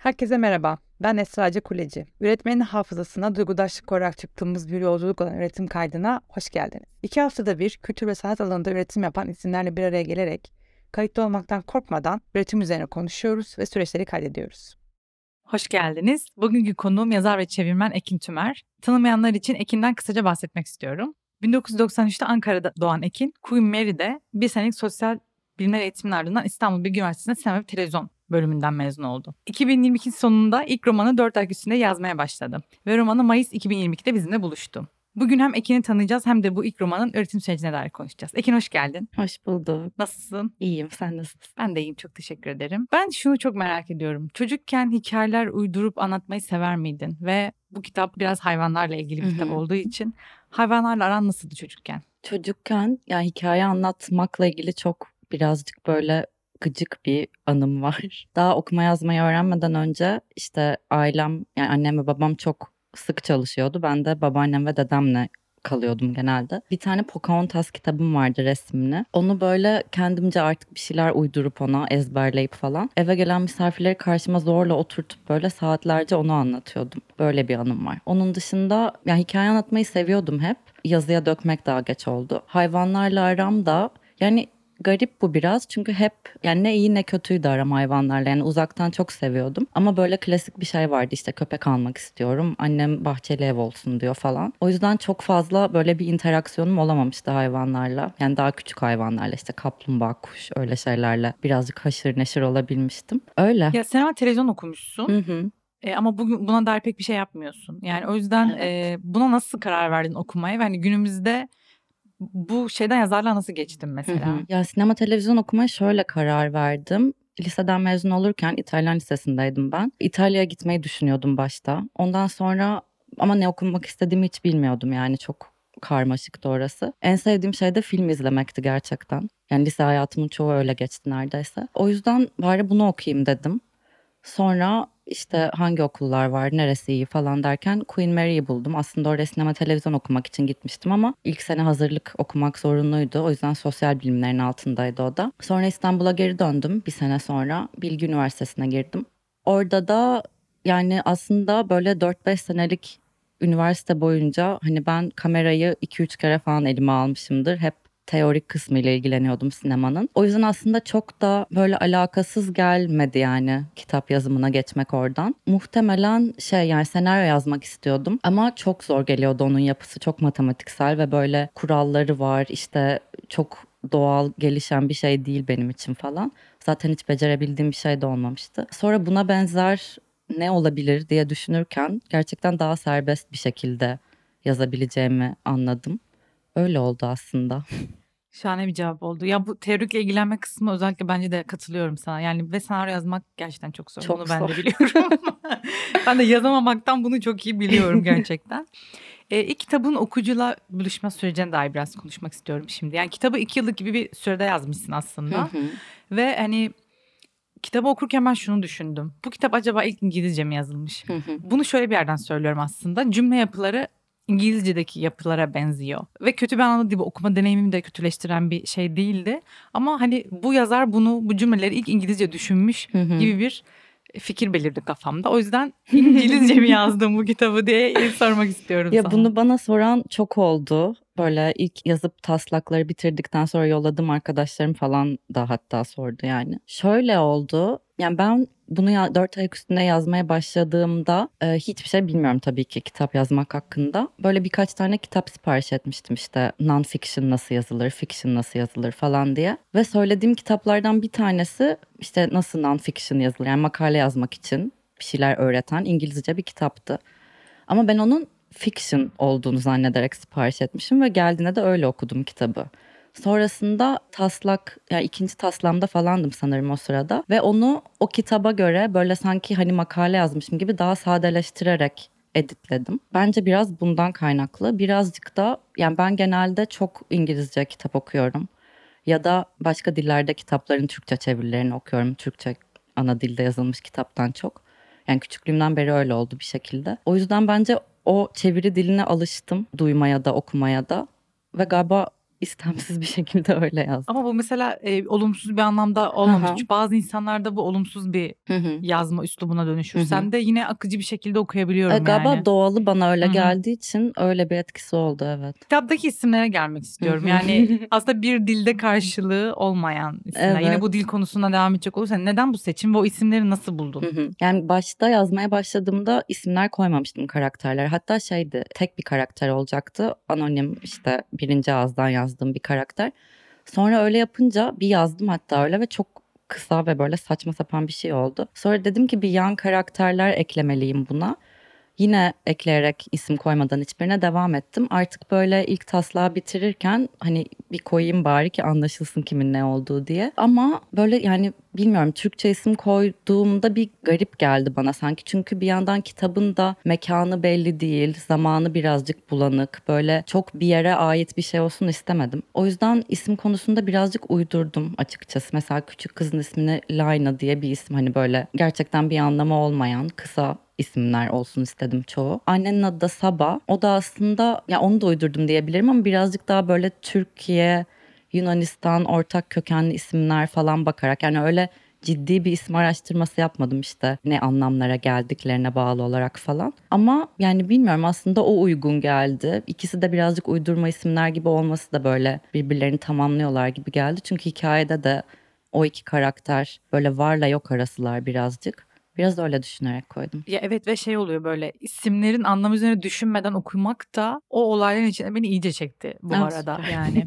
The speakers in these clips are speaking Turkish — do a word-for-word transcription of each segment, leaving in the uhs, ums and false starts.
Herkese merhaba. Ben Esra Ece Kuleci. Üretmenin hafızasına duygudaşlık koyarak çıktığımız bir yolculuk olan üretim kaydına hoş geldiniz. İki haftada bir kültür ve sanat alanında üretim yapan isimlerle bir araya gelerek kayıtlı olmaktan korkmadan üretim üzerine konuşuyoruz ve süreçleri kaydediyoruz. Hoş geldiniz. Bugünkü konuğum yazar ve çevirmen Ekin Tümer. Tanımayanlar için Ekin'den kısaca bahsetmek istiyorum. bin dokuz yüz doksan üçte Ankara'da doğan Ekin, Queen Mary'de bir senelik sosyal bilimler eğitiminin ardından İstanbul Bilgi Üniversitesi'nde sinema ve televizyon bölümünden mezun oldu. iki bin yirmi iki sonunda ilk romanı dört ay üstünde yazmaya başladı ve romanı Mayıs iki bin yirmi ikide bizimle buluştu. Bugün hem Ekin'i tanıyacağız hem de bu ilk romanın üretim sürecine dair konuşacağız. Ekin hoş geldin. Hoş bulduk. Nasılsın? İyiyim, sen nasılsın? Ben de iyiyim, çok teşekkür ederim. Ben şunu çok merak ediyorum. Çocukken hikayeler uydurup anlatmayı sever miydin? Ve bu kitap biraz hayvanlarla ilgili bir Hı hı. kitap olduğu için hayvanlarla aran nasıldı çocukken? Çocukken yani hikaye anlatmakla ilgili çok birazcık böyle gıcık bir anım var. Daha okuma yazmayı öğrenmeden önce işte ailem yani annem ve babam çok sık çalışıyordu. Ben de babaannem ve dedemle kalıyordum genelde. Bir tane Pocahontas kitabım vardı resimli. Onu böyle kendimce artık bir şeyler uydurup ona ezberleyip falan eve gelen misafirleri karşıma zorla oturtup böyle saatlerce onu anlatıyordum. Böyle bir anım var. Onun dışında yani hikaye anlatmayı seviyordum hep. Yazıya dökmek daha geç oldu. Hayvanlarla aram da yani garip bu biraz çünkü hep yani ne iyi ne kötüydü aram hayvanlarla, yani uzaktan çok seviyordum ama böyle klasik bir şey vardı, işte köpek almak istiyorum, annem bahçeli ev olsun diyor falan. O yüzden çok fazla böyle bir interaksiyonum olamamıştı hayvanlarla, yani daha küçük hayvanlarla, işte kaplumbağa, kuş, öyle şeylerle birazcık haşır neşir olabilmiştim öyle. Ya sen ama televizyon okumuşsun. Hı hı. E, ama bugün buna dair pek bir şey yapmıyorsun. Yani o yüzden Evet. e, buna nasıl karar verdin okumaya? Ve hani günümüzde bu şeyden yazarlığa nasıl geçtin Hı mesela? hı. Ya sinema televizyon okumaya şöyle karar verdim. Liseden mezun olurken İtalyan lisesindeydim ben. İtalya'ya gitmeyi düşünüyordum başta. Ondan sonra ama ne okumak istediğimi hiç bilmiyordum, yani çok karmaşıktı orası. En sevdiğim şey de film izlemekti gerçekten. Yani lise hayatımın çoğu öyle geçti neredeyse. O yüzden bari bunu okuyayım dedim. Sonra işte hangi okullar var, neresi iyi falan derken Queen Mary'yi buldum. Aslında oraya sinema televizyon okumak için gitmiştim ama ilk sene hazırlık okumak zorunluydu. O yüzden sosyal bilimlerin altındaydı o da. Sonra İstanbul'a geri döndüm bir sene sonra. Bilgi Üniversitesi'ne girdim. Orada da yani aslında böyle dört beş senelik üniversite boyunca hani ben kamerayı iki üç kere falan elime almışımdır. Hep teorik kısmıyla ilgileniyordum sinemanın. O yüzden aslında çok da böyle alakasız gelmedi yani kitap yazımına geçmek oradan. Muhtemelen şey, yani senaryo yazmak istiyordum ama çok zor geliyordu, onun yapısı çok matematiksel ve böyle kuralları var, işte çok doğal gelişen bir şey değil benim için falan. Zaten hiç becerebildiğim bir şey de olmamıştı. Sonra buna benzer ne olabilir diye düşünürken gerçekten daha serbest bir şekilde yazabileceğimi anladım. Öyle oldu aslında. Şahane bir cevap oldu. Ya bu teorikle ilgilenme kısmı özellikle bence de katılıyorum sana. Yani ve senaryo yazmak gerçekten çok zor. Çok Bunu ben zor. de biliyorum. Ben de yazamamaktan bunu çok iyi biliyorum gerçekten. E, ilk kitabın okuyucuyla buluşma sürecine dair biraz konuşmak istiyorum şimdi. Yani kitabı iki yıllık gibi bir sürede yazmışsın Hı aslında. hı. Ve hani kitabı okurken ben şunu düşündüm. Bu kitap acaba ilk İngilizce mi yazılmış? Hı hı. Bunu şöyle bir yerden söylüyorum aslında. Cümle yapıları İngilizce'deki yapılara benziyor. Ve kötü bir anlamda değil, bu okuma deneyimimi de kötüleştiren bir şey değildi. Ama hani bu yazar bunu, bu cümleleri ilk İngilizce düşünmüş Hı hı. gibi bir fikir belirdi kafamda. O yüzden İngilizce mi yazdım bu kitabı diye sormak istiyorum Ya sana. bunu bana soran çok oldu. Böyle ilk yazıp taslakları bitirdikten sonra yolladım, arkadaşlarım falan da hatta sordu yani. Şöyle oldu. Yani ben bunu ya, dört ayak üstünde yazmaya başladığımda e, hiçbir şey bilmiyorum tabii ki kitap yazmak hakkında. Böyle birkaç tane kitap sipariş etmiştim, işte non-fiction nasıl yazılır, fiction nasıl yazılır falan diye. Ve söylediğim kitaplardan bir tanesi işte nasıl non-fiction yazılır, yani makale yazmak için bir şeyler öğreten İngilizce bir kitaptı. Ama ben onun fiction olduğunu zannederek sipariş etmişim ve geldiğinde de öyle okudum kitabı. Sonrasında taslak, yani ikinci taslamda falandım sanırım o sırada ve onu o kitaba göre böyle sanki hani makale yazmışım gibi daha sadeleştirerek editledim. Bence biraz bundan kaynaklı. Birazcık da yani ben genelde çok İngilizce kitap okuyorum ya da başka dillerde kitapların Türkçe çevirilerini okuyorum. Türkçe ana dilde yazılmış kitaptan çok. Yani küçüklüğümden beri öyle oldu bir şekilde. O yüzden bence o çeviri diline alıştım, duymaya da okumaya da. Ve galiba istemsiz bir şekilde öyle yazdım. Ama bu mesela e, olumsuz bir anlamda olmamış. Hı hı. Çünkü bazı insanlarda bu olumsuz bir Hı hı. yazma üslubuna dönüşür. Hı hı. Sen de yine akıcı bir şekilde E, okuyabiliyorum galiba yani. doğalı bana öyle Hı hı. geldiği için öyle bir etkisi oldu, evet. Kitaptaki isimlere gelmek istiyorum. Hı hı. Yani aslında bir dilde karşılığı olmayan isimler. Yine Evet. bu dil konusuna devam edecek olursan neden bu seçim ve o isimleri nasıl Hı buldun? hı. Yani başta yazmaya başladığımda isimler koymamıştım karakterlere. Hatta şeydi, tek bir karakter olacaktı. Anonim, işte birinci ağızdan yazdığım bir karakter. Sonra öyle yapınca bir yazdım hatta öyle ve çok kısa ve böyle saçma sapan bir şey oldu. Sonra dedim ki bir yan karakterler eklemeliyim buna. Yine ekleyerek isim koymadan hiçbirine devam ettim. Artık böyle ilk taslağı bitirirken hani bir koyayım bari ki anlaşılsın kimin ne olduğu diye. Ama böyle yani bilmiyorum, Türkçe isim koyduğumda bir garip geldi bana sanki. Çünkü bir yandan kitabın da mekanı belli değil, zamanı birazcık bulanık. Böyle çok bir yere ait bir şey olsun istemedim. O yüzden isim konusunda birazcık uydurdum açıkçası. Mesela küçük kızın ismini Layna diye bir isim, hani böyle gerçekten bir anlamı olmayan kısa isimler olsun istedim çoğu. Annenin adı da Saba. O da aslında, ya onu da uydurdum diyebilirim ama birazcık daha böyle Türkiye, Yunanistan ortak kökenli isimler falan bakarak, yani öyle ciddi bir isim araştırması yapmadım işte ne anlamlara geldiklerine bağlı olarak falan. Ama yani bilmiyorum, aslında o uygun geldi. İkisi de birazcık uydurma isimler gibi olması da böyle birbirlerini tamamlıyorlar gibi geldi. Çünkü hikayede de o iki karakter böyle varla yok arasılar birazcık. Biraz öyle düşünerek koydum. Ya evet ve şey oluyor, böyle isimlerin anlamı üzerine düşünmeden okumak da o olayların içine beni iyice çekti bu Ah, arada süper. yani.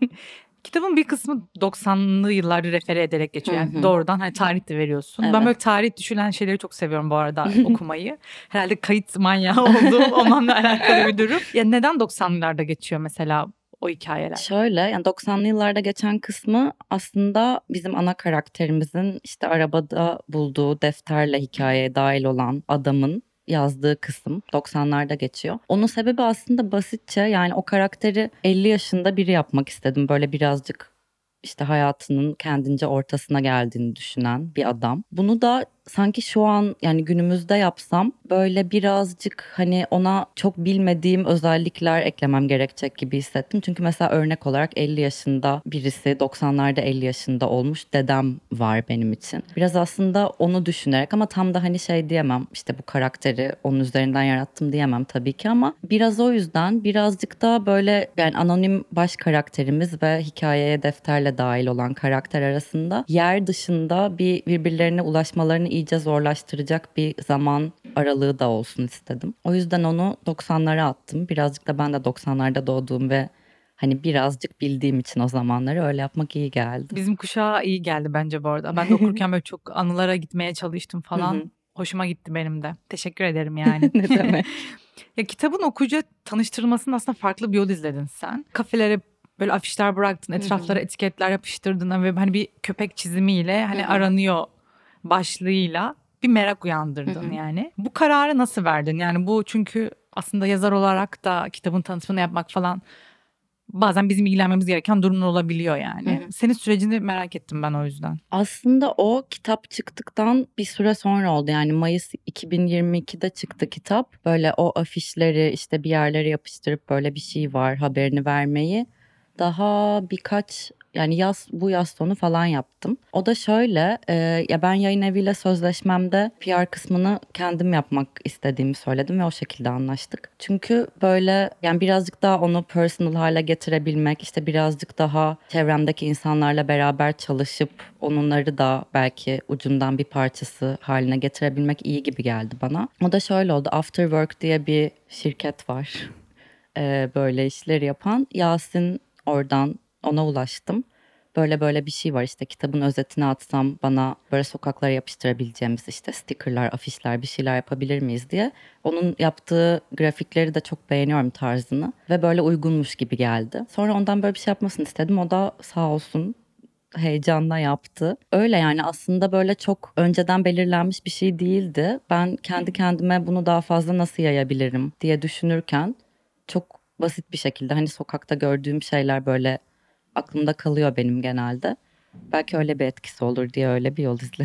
Kitabın bir kısmı doksanlı yılları refere ederek geçiyor. Hı Yani hı. doğrudan hani tarih de veriyorsun. Ben Evet. böyle tarih düşülen şeyleri çok seviyorum bu arada okumayı. Herhalde kayıt manyağı olduğum onunla alakalı bir durum. Ya neden doksanlılarda geçiyor mesela o hikayeler? Şöyle, yani doksanlı yıllarda geçen kısmı aslında bizim ana karakterimizin işte arabada bulduğu defterle hikayeye dahil olan adamın yazdığı kısım doksanlarda geçiyor. Onun sebebi aslında basitçe, yani o karakteri elli yaşında biri yapmak istedim. Böyle birazcık işte hayatının kendince ortasına geldiğini düşünen bir adam. Bunu da sanki şu an, yani günümüzde yapsam böyle birazcık hani ona çok bilmediğim özellikler eklemem gerekecek gibi hissettim. Çünkü mesela örnek olarak elli yaşında birisi, doksanlarda elli yaşında olmuş dedem var benim için. Biraz aslında onu düşünerek, ama tam da hani şey diyemem, işte bu karakteri onun üzerinden yarattım diyemem tabii ki, ama biraz o yüzden birazcık daha böyle, yani anonim baş karakterimiz ve hikayeye defterle dahil olan karakter arasında yer dışında bir birbirlerine ulaşmalarını iyice zorlaştıracak bir zaman aralığı da olsun istedim. O yüzden onu doksanlara attım. Birazcık da ben de doksanlarda doğduğum ve hani birazcık bildiğim için o zamanları öyle yapmak iyi geldi. Bizim kuşağa iyi geldi bence bu arada. Ben de okurken böyle çok anılara gitmeye çalıştım Hı hı. falan. Hoşuma gitti benim de. Teşekkür ederim yani. Ne demek? Ya kitabın okuyucuya tanıştırılmasının aslında farklı bir yol izledin sen. Kafelere böyle afişler bıraktın, etraflara etiketler yapıştırdın ve hani bir köpek çizimiyle hani Hı hı. aranıyor başlığıyla bir merak uyandırdın yani. Bu kararı nasıl verdin? Yani bu, çünkü aslında yazar olarak da kitabın tanıtımını yapmak falan bazen bizim ilgilenmemiz gereken durumlar olabiliyor yani. Hı hı. Senin sürecini merak ettim ben o yüzden. Aslında o kitap çıktıktan bir süre sonra oldu. Yani Mayıs iki bin yirmi ikide çıktı kitap. Böyle o afişleri işte bir yerlere yapıştırıp böyle bir şey var haberini vermeyi daha birkaç, yani yaz, bu yaz sonu falan yaptım. O da şöyle, e, ya ben yayın eviyle sözleşmemde P R kısmını kendim yapmak istediğimi söyledim ve o şekilde anlaştık. Çünkü böyle yani birazcık daha onu personal hale getirebilmek, işte birazcık daha çevremdeki insanlarla beraber çalışıp onları da belki ucundan bir parçası haline getirebilmek iyi gibi geldi bana. O da şöyle oldu. Afterwork diye bir şirket var. Ee, böyle işleri yapan. Yasin, oradan ona ulaştım. Böyle böyle bir şey var, işte kitabın özetini atsam bana böyle sokaklara yapıştırabileceğimiz işte stickerlar, afişler, bir şeyler yapabilir miyiz diye. Onun yaptığı grafikleri de çok beğeniyorum, tarzını, ve böyle uygunmuş gibi geldi. Sonra ondan böyle bir şey yapmasını istedim. O da sağ olsun heyecanla yaptı. Öyle yani, aslında böyle çok önceden belirlenmiş bir şey değildi. Ben kendi kendime bunu daha fazla nasıl yayabilirim diye düşünürken çok basit bir şekilde, hani sokakta gördüğüm şeyler böyle aklımda kalıyor benim genelde. Belki öyle bir etkisi olur diye öyle bir yol izledim.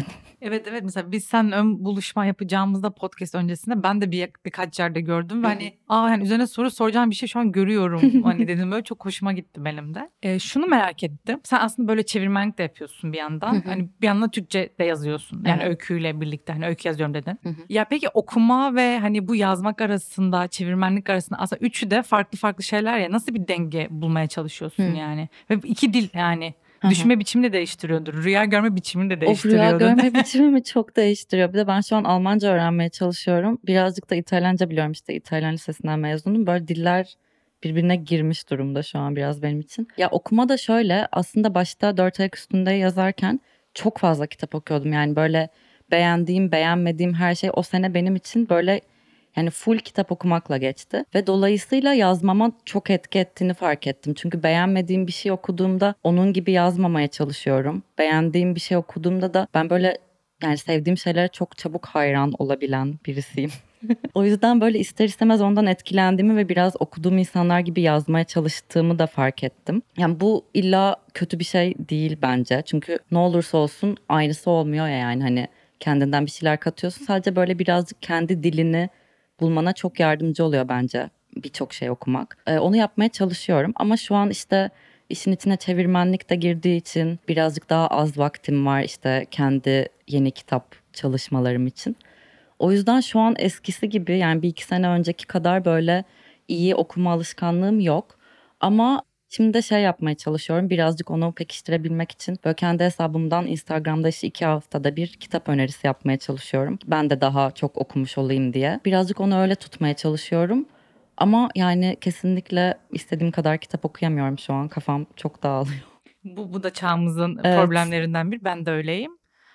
Evet evet, mesela biz seninle ön buluşma yapacağımızda podcast öncesinde ben de bir birkaç yerde gördüm ve hani aa hani üzerine soru soracağım bir şey şu an görüyorum hani dedim, böyle çok hoşuma gitti benim de. Ee, şunu merak ettim. Sen aslında böyle çevirmenlik de yapıyorsun bir yandan. Hani bir yandan Türkçe de yazıyorsun. Yani Evet. öyküyle birlikte hani öykü yazıyorum dedin. Hı hı. Ya peki okuma ve hani bu yazmak arasında, çevirmenlik arasında aslında üçü de farklı farklı şeyler ya. Nasıl bir denge bulmaya çalışıyorsun Hı. yani? Ve iki dil yani. Hı hı. Düşünme biçimini de değiştiriyordur. Rüya görme biçimini de Of, rüya değiştiriyordur. görme biçimimi çok değiştiriyor. Bir de ben şu an Almanca öğrenmeye çalışıyorum. Birazcık da İtalyanca biliyorum, işte İtalyan lisesinden mezunum. Böyle diller birbirine girmiş durumda şu an biraz benim için. Ya okuma da şöyle, aslında başta dört ayak üstünde yazarken çok fazla kitap okuyordum. Yani böyle beğendiğim beğenmediğim her şey o sene benim için böyle yani full kitap okumakla geçti. Ve dolayısıyla yazmama çok etki ettiğini fark ettim. Çünkü beğenmediğim bir şey okuduğumda onun gibi yazmamaya çalışıyorum. Beğendiğim bir şey okuduğumda da ben böyle yani sevdiğim şeylere çok çabuk hayran olabilen birisiyim. O yüzden böyle ister istemez ondan etkilendiğimi ve biraz okuduğum insanlar gibi yazmaya çalıştığımı da fark ettim. Yani bu illa kötü bir şey değil bence. Çünkü ne olursa olsun aynısı olmuyor ya, yani hani kendinden bir şeyler katıyorsun. Sadece böyle birazcık kendi dilini bulmana çok yardımcı oluyor bence birçok şey okumak. Ee, onu yapmaya çalışıyorum ama şu an işte işin içine çevirmenlik de girdiği için birazcık daha az vaktim var işte kendi yeni kitap çalışmalarım için. O yüzden şu an eskisi gibi, yani bir iki sene önceki kadar böyle iyi okuma alışkanlığım yok. Ama şimdi de şey yapmaya çalışıyorum, birazcık onu pekiştirebilmek için böyle kendi hesabımdan Instagram'da işte iki haftada bir kitap önerisi yapmaya çalışıyorum. Ben de daha çok okumuş olayım diye. Birazcık onu öyle tutmaya çalışıyorum. Ama yani kesinlikle istediğim kadar kitap okuyamıyorum şu an. Kafam çok dağılıyor. Bu, bu da çağımızın Evet. problemlerinden bir. Ben de öyleyim.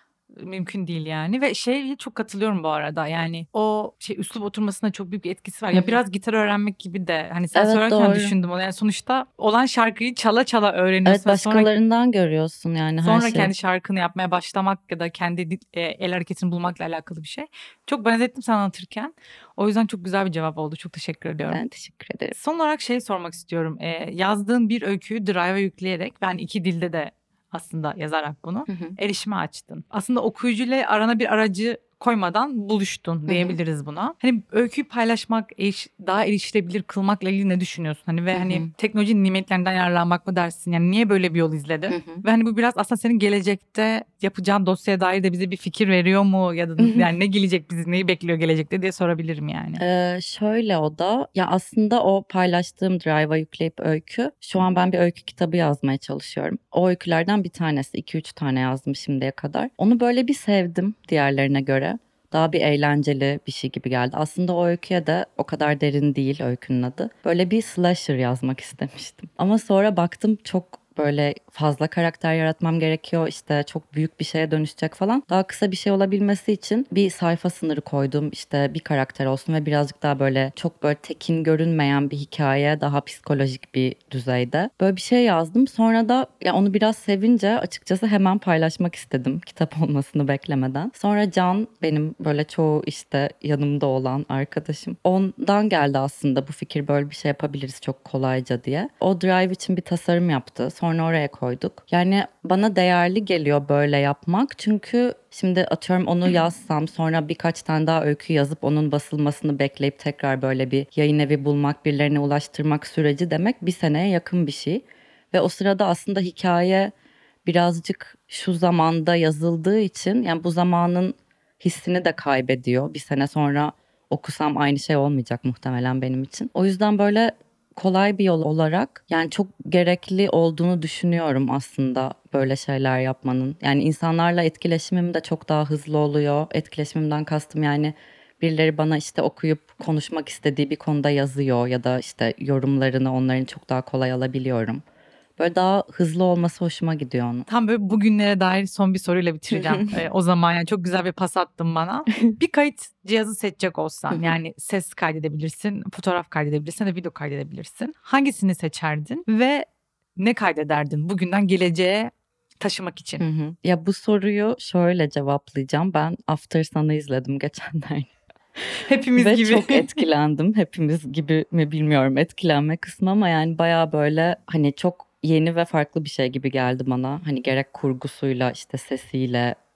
Mümkün değil yani. Ve şeye çok katılıyorum bu arada. Yani o şey üslup oturmasına çok büyük bir etkisi var. Hı Ya hı. biraz gitar öğrenmek gibi de. Hani sen Evet, söylerken doğru. düşündüm onu. Yani sonuçta olan şarkıyı çala çala öğreniyorsun. Evet, ve sonra başkalarından görüyorsun yani her Sonra şeyi. kendi şarkını yapmaya başlamak ya da kendi dil- e, el hareketini bulmakla alakalı bir şey. Çok benzettim sen anlatırken. O yüzden çok güzel bir cevap oldu. Çok teşekkür ediyorum. Ben teşekkür ederim. Son olarak şey sormak istiyorum. E, yazdığın bir öyküyü Drive'a yükleyerek, ben iki dilde de aslında yazarak bunu Hı hı. erişime açtın. Aslında okuyucuyla arana bir aracı koymadan buluştun hı. diyebiliriz buna. Hani öyküyü paylaşmak, eriş- daha erişilebilir kılmakla ilgili ne düşünüyorsun? Hani ve Hı hı. hani teknolojinin nimetlerinden yararlanmak mı dersin? Yani niye böyle bir yol izledin? Hı hı. Ve hani bu biraz aslında senin gelecekte yapacağın dosyaya dair de bize bir fikir veriyor mu? Ya da yani ne gelecek, bizi neyi bekliyor gelecekte diye sorabilirim yani. Ee, şöyle o da ya aslında o paylaştığım Drive'a yükleyip öykü, şu an ben bir öykü kitabı yazmaya çalışıyorum. O öykülerden bir tanesi, iki üç tane yazdım şimdiye kadar. Onu böyle bir sevdim diğerlerine göre. Daha bir eğlenceli bir şey gibi geldi. Aslında o öyküye de o kadar derin değil öykünün adı. Böyle bir slasher yazmak istemiştim. Ama sonra baktım çok böyle fazla karakter yaratmam gerekiyor. İşte çok büyük bir şeye dönüşecek falan. Daha kısa bir şey olabilmesi için bir sayfa sınırı koydum. İşte bir karakter olsun ve birazcık daha böyle çok böyle tekin görünmeyen bir hikaye, daha psikolojik bir düzeyde. Böyle bir şey yazdım. Sonra da ya onu biraz sevince açıkçası hemen paylaşmak istedim, kitap olmasını beklemeden. Sonra Can, benim böyle çoğu işte yanımda olan arkadaşım, ondan geldi aslında bu fikir, böyle bir şey yapabiliriz çok kolayca diye. O Drive için bir tasarım yaptı. Sonra oraya koyduk. Yani bana değerli geliyor böyle yapmak. Çünkü şimdi atıyorum onu yazsam, sonra birkaç tane daha öykü yazıp onun basılmasını bekleyip tekrar böyle bir yayın evi bulmak, birilerine ulaştırmak süreci demek bir seneye yakın bir şey. Ve o sırada aslında hikaye birazcık şu zamanda yazıldığı için yani bu zamanın hissini de kaybediyor. Bir sene sonra okusam aynı şey olmayacak muhtemelen benim için. O yüzden böyle kolay bir yol olarak yani çok gerekli olduğunu düşünüyorum aslında böyle şeyler yapmanın. Yani insanlarla etkileşimim de çok daha hızlı oluyor. Etkileşimimden kastım yani birileri bana işte okuyup konuşmak istediği bir konuda yazıyor ya da işte yorumlarını onların çok daha kolay alabiliyorum. Böyle daha hızlı olması hoşuma gidiyor onun. Tam böyle bugünlere dair son bir soruyla bitireceğim. Ee, o zaman yani çok güzel bir pas attın bana. Bir kayıt cihazı seçecek olsan, yani ses kaydedebilirsin, fotoğraf kaydedebilirsin de video kaydedebilirsin. Hangisini seçerdin ve ne kaydederdin bugünden geleceğe taşımak için? Hı hı. Ya bu soruyu şöyle cevaplayacağım. Ben After Sun'ı izledim geçenlerde. Hepimiz Ve gibi. çok etkilendim. Hepimiz gibi mi bilmiyorum etkilenme kısmı, ama yani bayağı böyle hani çok yeni ve farklı bir şey gibi geldi bana. Hani gerek kurgusuyla, işte sesiyle,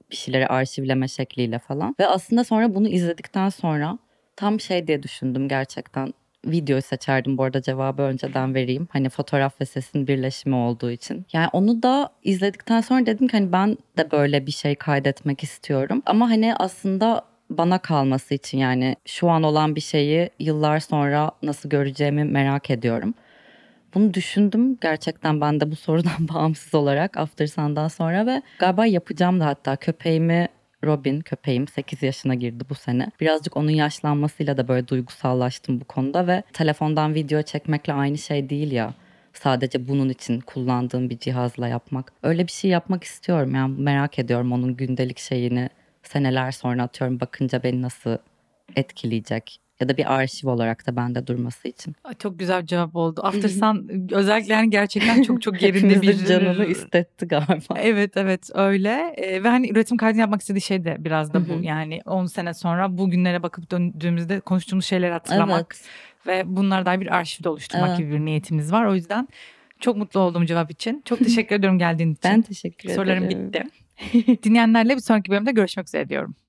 bir şeyleri arşivleme şekliyle falan. Ve aslında sonra bunu izledikten sonra tam şey diye düşündüm gerçekten. Videoyu seçerdim bu arada, cevabı önceden vereyim. Hani fotoğraf ve sesin birleşimi olduğu için. Yani onu da izledikten sonra dedim ki hani ben de böyle bir şey kaydetmek istiyorum. Ama hani aslında bana kalması için, yani şu an olan bir şeyi yıllar sonra nasıl göreceğimi merak ediyorum. Bunu düşündüm gerçekten ben de bu sorudan bağımsız olarak After Sun'dan sonra ve galiba yapacağım da. Hatta köpeğimi, Robin köpeğim sekiz yaşına girdi bu sene. Birazcık onun yaşlanmasıyla da böyle duygusallaştım bu konuda ve telefondan video çekmekle aynı şey değil ya. Sadece bunun için kullandığım bir cihazla yapmak. Öyle bir şey yapmak istiyorum, yani merak ediyorum onun gündelik şeyini seneler sonra, atıyorum, bakınca beni nasıl etkileyecek. Ya da bir arşiv olarak da bende durması için. Ay, çok güzel bir cevap oldu. After Sun özellikle yani gerçekten çok çok yerinde bir... Hepimizin canını istetti galiba. Evet evet öyle. Ee, ve hani üretim kaydını yapmak istediği şey de biraz da bu. Hı hı. Yani on sene sonra bugünlere bakıp döndüğümüzde konuştuğumuz şeyleri hatırlamak Evet. ve bunlara dair bir arşivde oluşturmak Evet. gibi bir niyetimiz var. O yüzden çok mutlu oldum cevap için. Çok teşekkür ediyorum geldiğin için. Ben teşekkür ederim. Sorularım bitti. Dinleyenlerle bir sonraki bölümde görüşmek üzere diyorum.